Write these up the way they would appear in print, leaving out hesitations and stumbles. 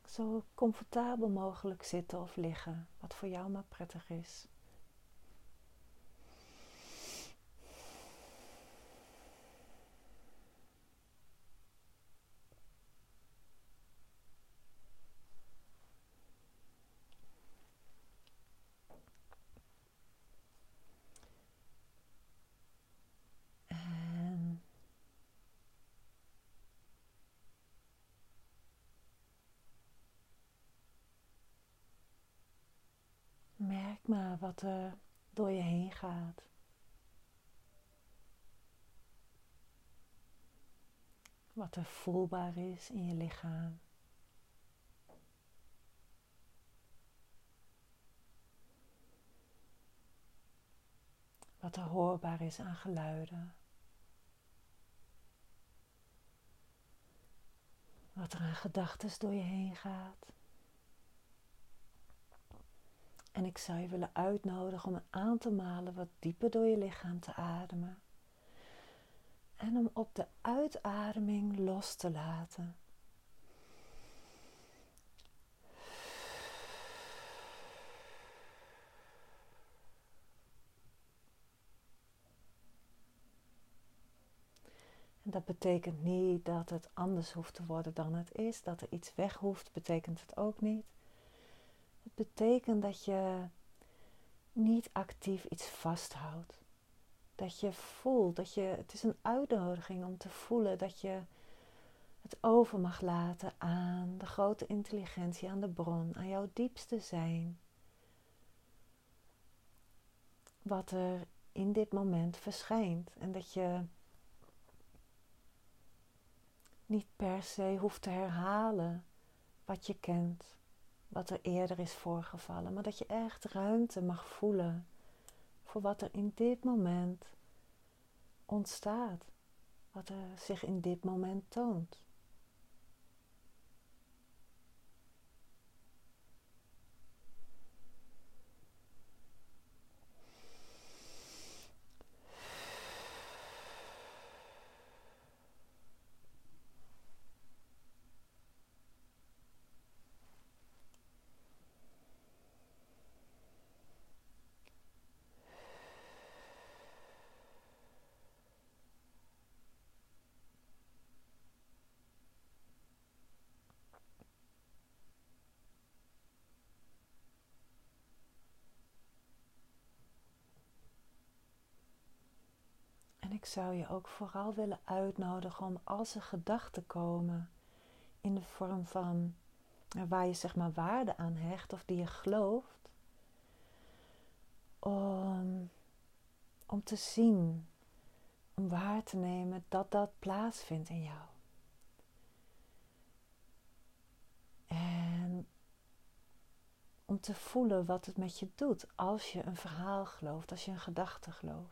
Zo comfortabel mogelijk zitten of liggen, wat voor jou maar prettig is. En merk maar wat er door je heen gaat. Wat er voelbaar is in je lichaam. Wat er hoorbaar is aan geluiden. Wat er aan gedachten door je heen gaat. En ik zou je willen uitnodigen om een aantal malen wat dieper door je lichaam te ademen. En om op de uitademing los te laten. En dat betekent niet dat het anders hoeft te worden dan het is. Dat er iets weg hoeft, betekent het ook niet. Het betekent dat je niet actief iets vasthoudt. Dat je voelt, het is een uitnodiging om te voelen dat je het over mag laten aan de grote intelligentie, aan de bron, aan jouw diepste zijn. Wat er in dit moment verschijnt. En dat je niet per se hoeft te herhalen wat je kent, wat er eerder is voorgevallen. Maar dat je echt ruimte mag voelen voor wat er in dit moment ontstaat. Wat er zich in dit moment toont. En ik zou je ook vooral willen uitnodigen om als er gedachten komen in de vorm van waar je zeg maar waarde aan hecht of die je gelooft, om te zien, om waar te nemen dat dat plaatsvindt in jou. En om te voelen wat het met je doet als je een verhaal gelooft, als je een gedachte gelooft.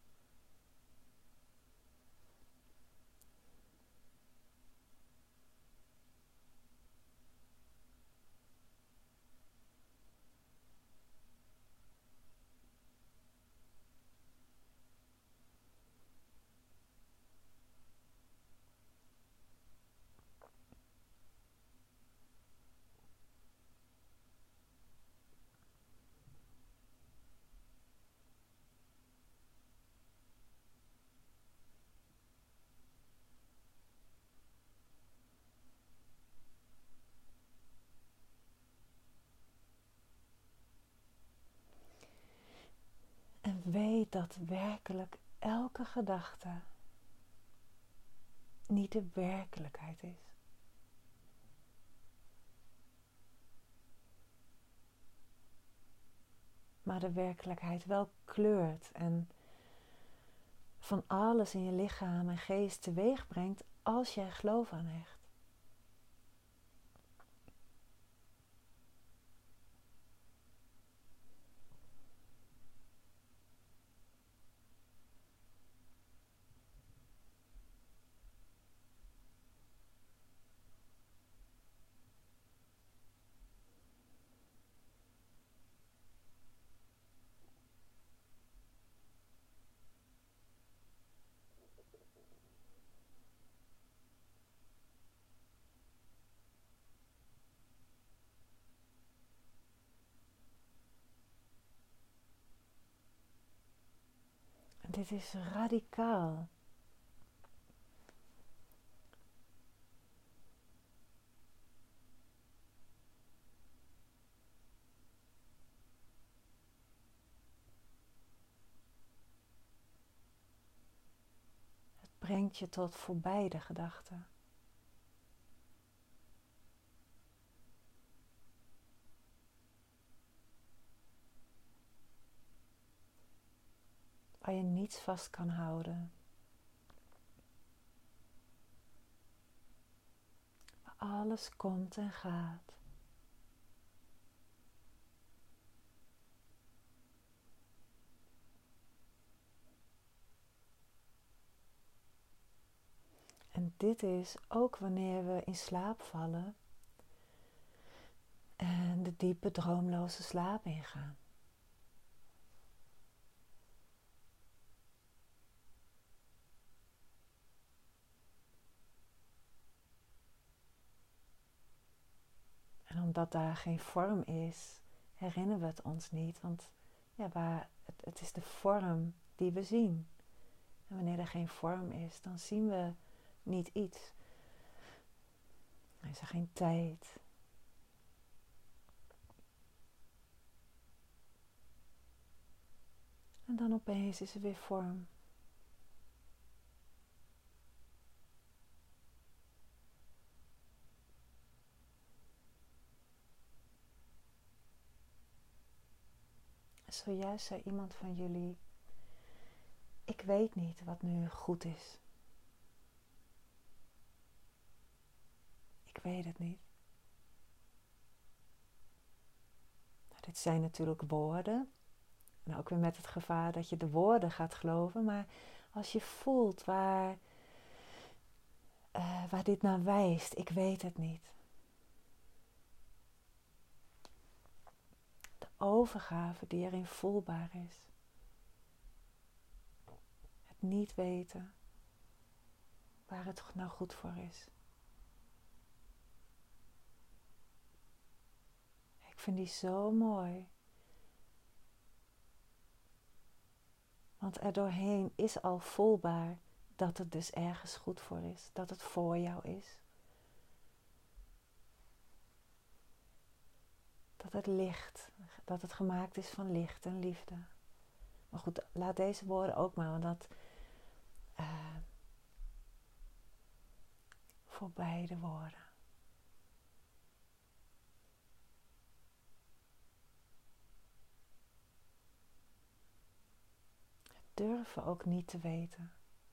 En weet dat werkelijk elke gedachte niet de werkelijkheid is. Maar de werkelijkheid wel kleurt en van alles in je lichaam en geest teweeg brengt als jij geloof aan hecht. Dit is radicaal. Het brengt je tot voorbij de gedachten. Waar je niets vast kan houden. Waar alles komt en gaat. En dit is ook wanneer we in slaap vallen en de diepe droomloze slaap ingaan. En omdat daar geen vorm is, herinneren we het ons niet. Want ja, het is de vorm die we zien. En wanneer er geen vorm is, dan zien we niet iets. Dan is er geen tijd. En dan opeens is er weer vorm. Zojuist zei iemand van jullie: ik weet niet wat nu goed is. Ik weet het niet. Nou, dit zijn natuurlijk woorden. En ook weer met het gevaar dat je de woorden gaat geloven. Maar als je voelt waar dit naar wijst, ik weet het niet. De overgave die erin voelbaar is. Het niet weten waar het nou goed voor is. Ik vind die zo mooi. Want er doorheen is al voelbaar dat het dus ergens goed voor is. Dat het voor jou is. Dat het licht, dat het gemaakt is van licht en liefde. Maar goed, laat deze woorden ook maar, want dat voor beide woorden. Durven ook niet te weten.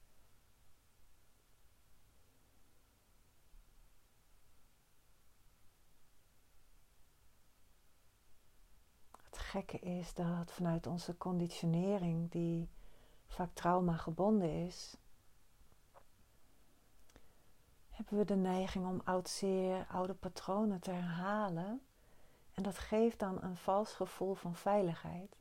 Het gekke is dat vanuit onze conditionering, die vaak trauma gebonden is, hebben we de neiging om oude patronen te herhalen. En dat geeft dan een vals gevoel van veiligheid.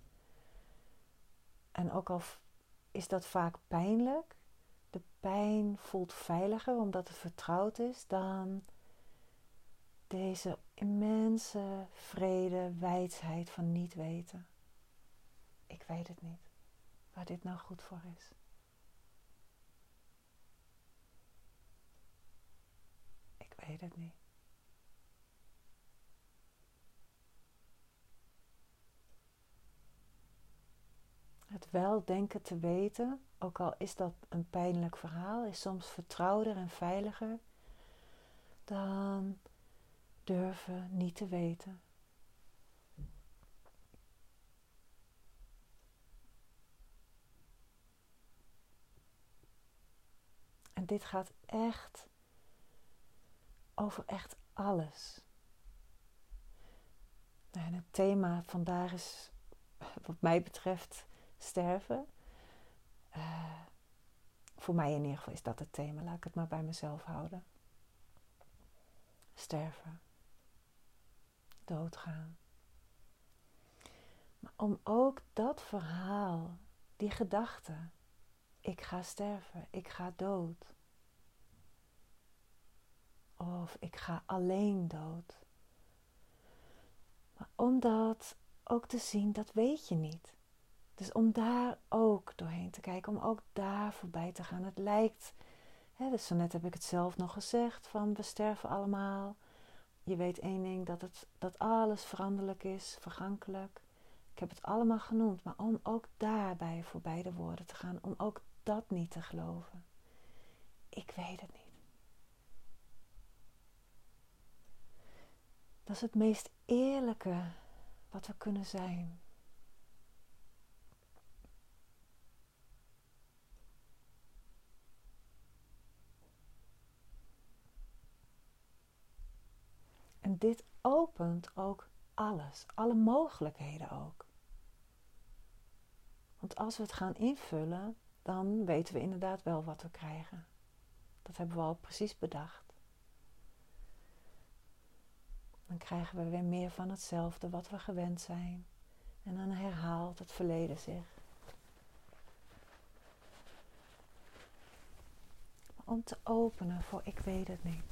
En ook al is dat vaak pijnlijk, de pijn voelt veiliger omdat het vertrouwd is dan deze immense vrede, wijsheid van niet weten. Ik weet het niet, waar dit nou goed voor is. Ik weet het niet. Het wel denken te weten, ook al is dat een pijnlijk verhaal, is soms vertrouwder en veiliger dan durven niet te weten. En dit gaat echt over echt alles. En het thema vandaag is, wat mij betreft, sterven. Voor mij in ieder geval is dat het thema. Laat ik het maar bij mezelf houden. Sterven. Doodgaan. Maar om ook dat verhaal, die gedachte, ik ga sterven, ik ga dood. Of ik ga alleen dood. Maar om dat ook te zien, dat weet je niet. Dus om daar ook doorheen te kijken, om ook daar voorbij te gaan. Het lijkt, dus zo net heb ik het zelf nog gezegd, van we sterven allemaal. Je weet één ding, dat alles veranderlijk is, vergankelijk. Ik heb het allemaal genoemd, maar om ook daarbij voorbij de woorden te gaan, om ook dat niet te geloven. Ik weet het niet. Dat is het meest eerlijke wat we kunnen zijn. En dit opent ook alles, alle mogelijkheden ook. Want als we het gaan invullen, dan weten we inderdaad wel wat we krijgen. Dat hebben we al precies bedacht. Dan krijgen we weer meer van hetzelfde wat we gewend zijn. En dan herhaalt het verleden zich. Om te openen voor ik weet het niet.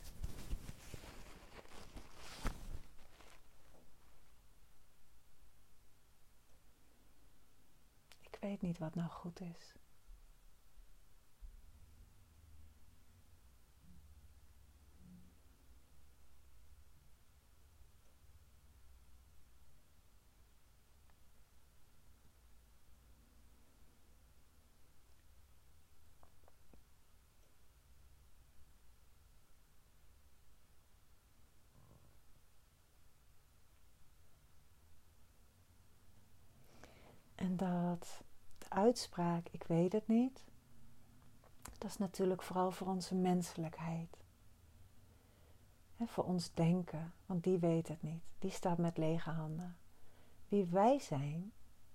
Ik weet niet wat nou goed is. En dat de uitspraak ik weet het niet, dat is natuurlijk vooral voor onze menselijkheid. Voor ons denken, want die weet het niet. Die staat met lege handen. Wie wij zijn,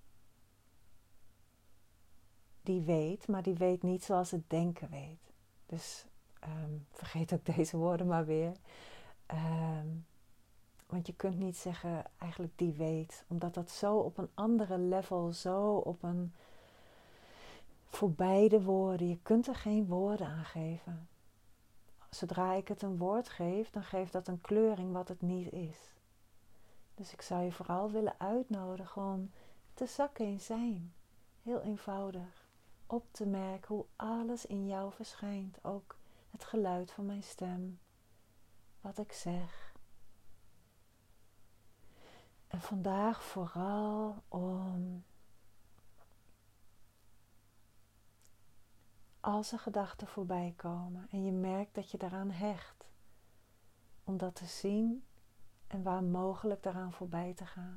die weet, maar die weet niet zoals het denken weet. Dus vergeet ook deze woorden maar weer. Want je kunt niet zeggen eigenlijk die weet, omdat dat zo op een andere level, zo op een voorbij de woorden. Je kunt er geen woorden aan geven. Zodra ik het een woord geef, dan geeft dat een kleuring wat het niet is. Dus ik zou je vooral willen uitnodigen om te zakken in zijn. Heel eenvoudig. Op te merken hoe alles in jou verschijnt. Ook het geluid van mijn stem. Wat ik zeg. En vandaag vooral om, als er gedachten voorbij komen en je merkt dat je daaraan hecht, om dat te zien en waar mogelijk daaraan voorbij te gaan.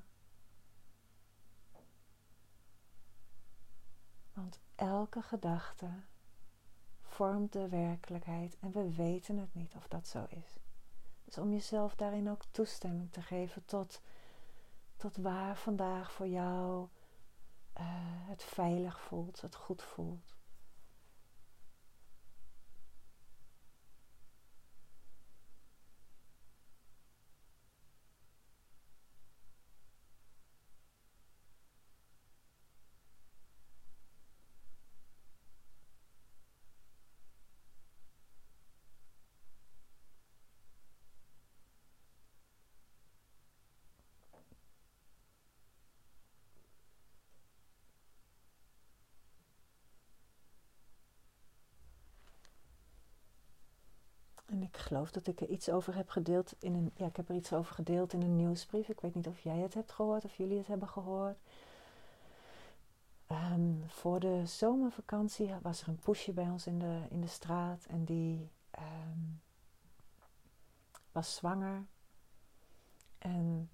Want elke gedachte vormt de werkelijkheid en we weten het niet of dat zo is. Dus om jezelf daarin ook toestemming te geven tot waar vandaag voor jou het veilig voelt, het goed voelt. En ik geloof dat ik er iets over heb gedeeld ik heb er iets over gedeeld in een nieuwsbrief. Ik weet niet of jij het hebt gehoord of jullie het hebben gehoord. Voor de zomervakantie was er een poesje bij ons in de straat en die was zwanger. En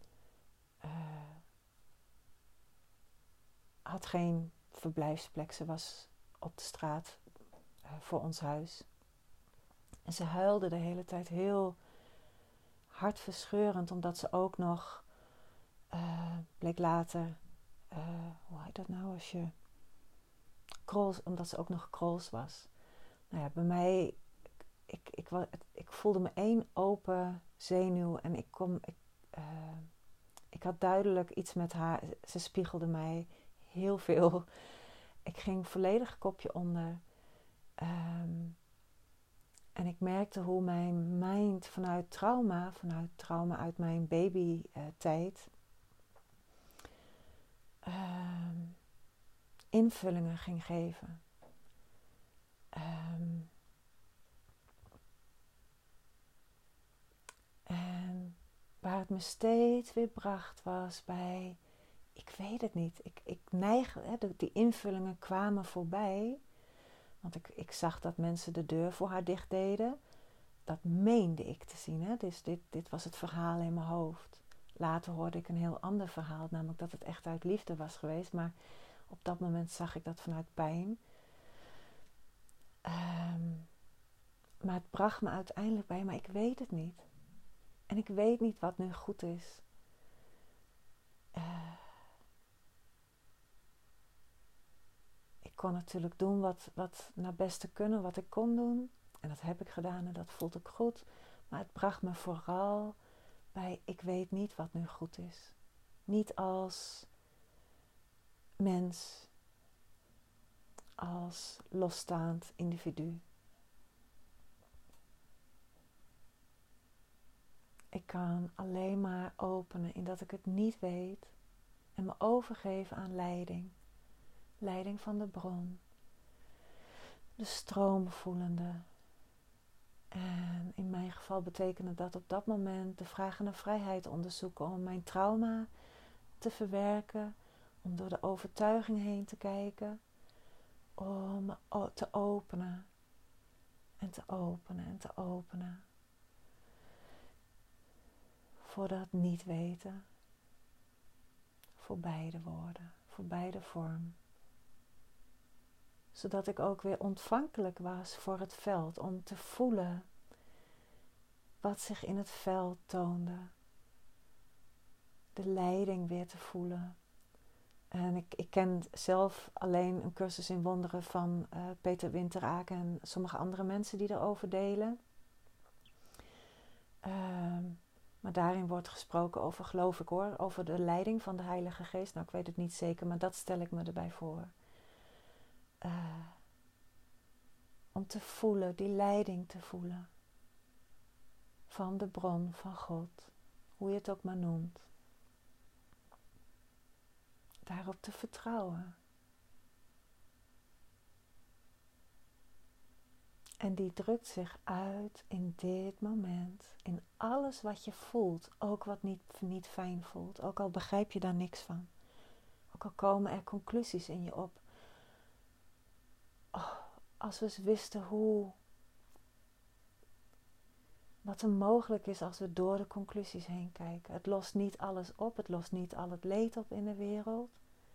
had geen verblijfsplek. Ze was op de straat voor ons huis. En ze huilde de hele tijd heel hartverscheurend, omdat ze ook nog, bleek later, hoe heet dat nou als je krols, omdat ze ook nog krols was. Nou ja, bij mij, ik voelde me één open zenuw en ik had duidelijk iets met haar. Ze spiegelde mij heel veel. Ik ging volledig kopje onder. En ik merkte hoe mijn mind vanuit trauma uit mijn babytijd, invullingen ging geven. En waar het me steeds weer bracht was bij, ik weet het niet. Ik neig, die invullingen kwamen voorbij. Want ik zag dat mensen de deur voor haar dicht deden. Dat meende ik te zien. Hè? Dus dit was het verhaal in mijn hoofd. Later hoorde ik een heel ander verhaal. Namelijk dat het echt uit liefde was geweest. Maar op dat moment zag ik dat vanuit pijn. Maar het bracht me uiteindelijk bij. Maar ik weet het niet. En ik weet niet wat nu goed is. Ik kon natuurlijk doen wat naar beste kunnen. Wat ik kon doen. En dat heb ik gedaan en dat voelde ik goed. Maar het bracht me vooral bij, ik weet niet wat nu goed is. Niet als mens, als losstaand individu. Ik kan alleen maar openen in dat ik het niet weet en me overgeven aan leiding. Leiding van de bron. De stroom voelende. En in mijn geval betekende dat op dat moment de vragen naar vrijheid onderzoeken om mijn trauma te verwerken, om door de overtuiging heen te kijken, om te openen en te openen en te openen voor dat niet weten, voor beide woorden, voor beide vormen. Zodat ik ook weer ontvankelijk was voor het veld, om te voelen wat zich in het veld toonde. De leiding weer te voelen. En ik ken zelf alleen een cursus in wonderen van Peter Winteraak en sommige andere mensen die erover delen. Maar daarin wordt gesproken over, geloof ik hoor, over de leiding van de Heilige Geest. Nou, ik weet het niet zeker, maar dat stel ik me erbij voor. Om te voelen, die leiding te voelen. Van de bron, van God. Hoe je het ook maar noemt. Daarop te vertrouwen. En die drukt zich uit in dit moment. In alles wat je voelt. Ook wat niet fijn voelt. Ook al begrijp je daar niks van. Ook al komen er conclusies in je op. Oh, als we eens wisten wat er mogelijk is als we door de conclusies heen kijken. Het lost niet alles op. Het lost niet al het leed op in de wereld.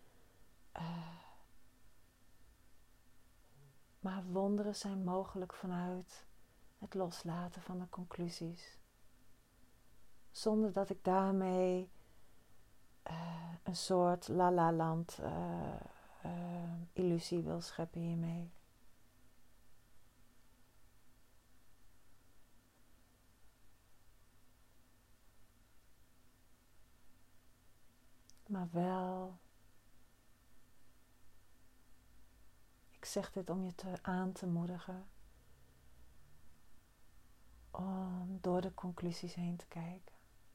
Maar wonderen zijn mogelijk vanuit het loslaten van de conclusies. Zonder dat ik daarmee een soort la-la land illusie wil scheppen hiermee. Maar wel, ik zeg dit om je aan te moedigen. Om door de conclusies heen te kijken.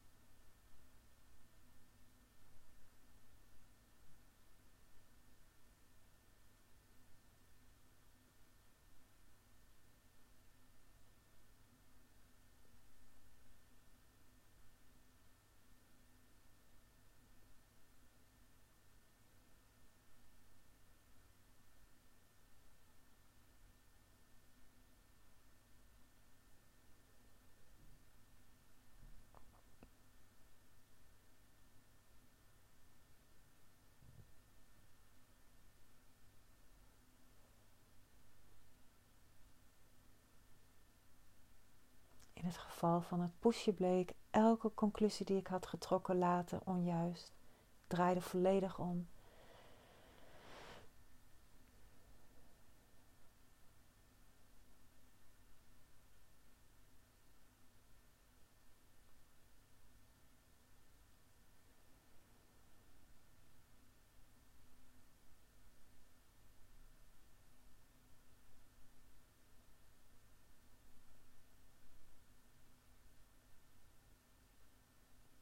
In het geval van het poesje bleek elke conclusie die ik had getrokken later onjuist. Draaide volledig om.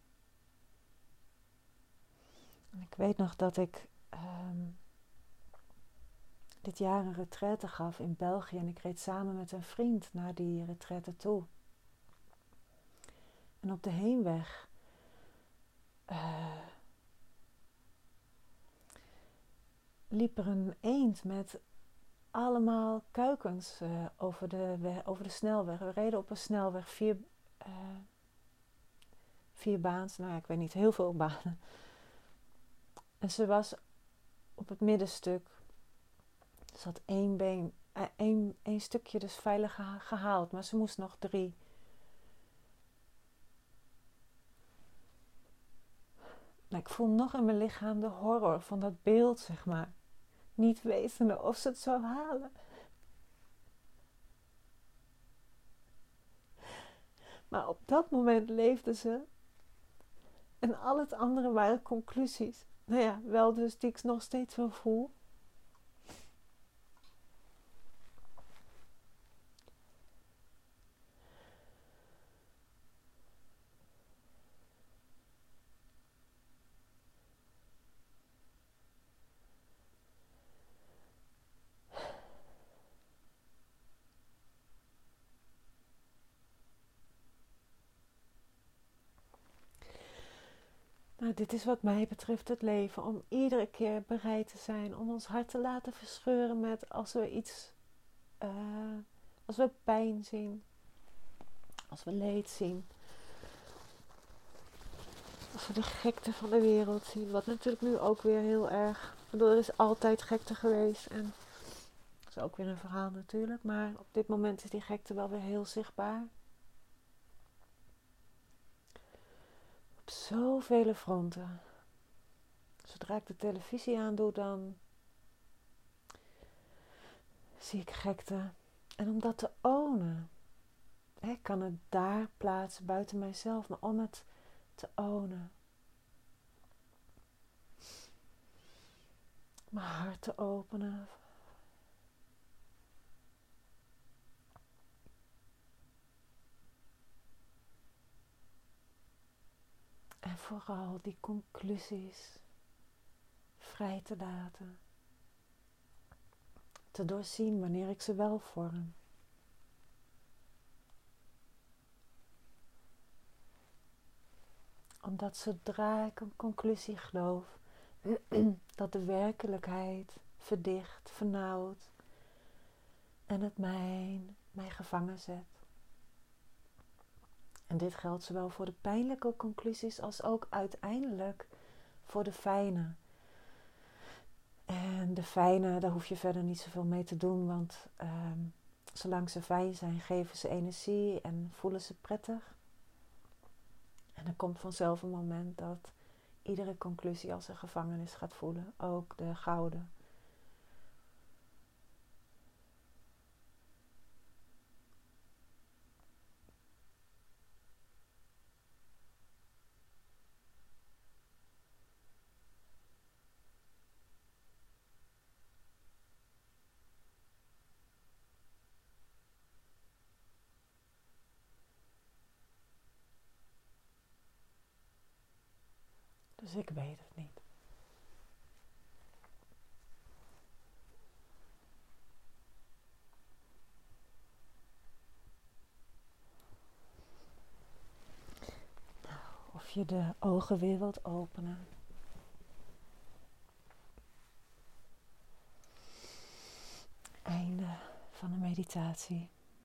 En ik weet nog dat ik dit jaar een retraite gaf in België. En ik reed samen met een vriend naar die retraite toe. En op de heenweg liep er een eend met allemaal kuikens over de snelweg. We reden op een snelweg, 4 baans, nou ja, ik weet niet, heel veel banen. En ze was op het middenstuk. Ze had één stukje dus veilig gehaald, maar ze moest nog 3. Nou, ik voel nog in mijn lichaam de horror van dat beeld, zeg maar. Niet wetende of ze het zou halen. Maar op dat moment leefde ze. En al het andere waren conclusies. Nou ja, wel dus die ik nog steeds wel voel. Nou, dit is wat mij betreft het leven. Om iedere keer bereid te zijn. Om ons hart te laten verscheuren met als we iets... als we pijn zien. Als we leed zien. Als we de gekte van de wereld zien. Wat natuurlijk nu ook weer heel erg... Ik bedoel, er is altijd gekte geweest. En dat is ook weer een verhaal natuurlijk. Maar op dit moment is die gekte wel weer heel zichtbaar. Op zoveel fronten. Zodra ik de televisie aandoe, dan zie ik gekte. En om dat te ownen, ik kan het daar plaatsen buiten mijzelf, maar om het te ownen. Mijn hart te openen. En vooral die conclusies vrij te laten. Te doorzien wanneer ik ze wel vorm. Omdat zodra ik een conclusie geloof, dat de werkelijkheid verdicht, vernauwt en het mij gevangen zet. En dit geldt zowel voor de pijnlijke conclusies als ook uiteindelijk voor de fijne. En de fijne, daar hoef je verder niet zoveel mee te doen, want zolang ze fijn zijn, geven ze energie en voelen ze prettig. En er komt vanzelf een moment dat iedere conclusie als een gevangenis gaat voelen, ook de gouden. Dus ik weet het niet. Of je de ogen weer wilt openen. Einde van de meditatie.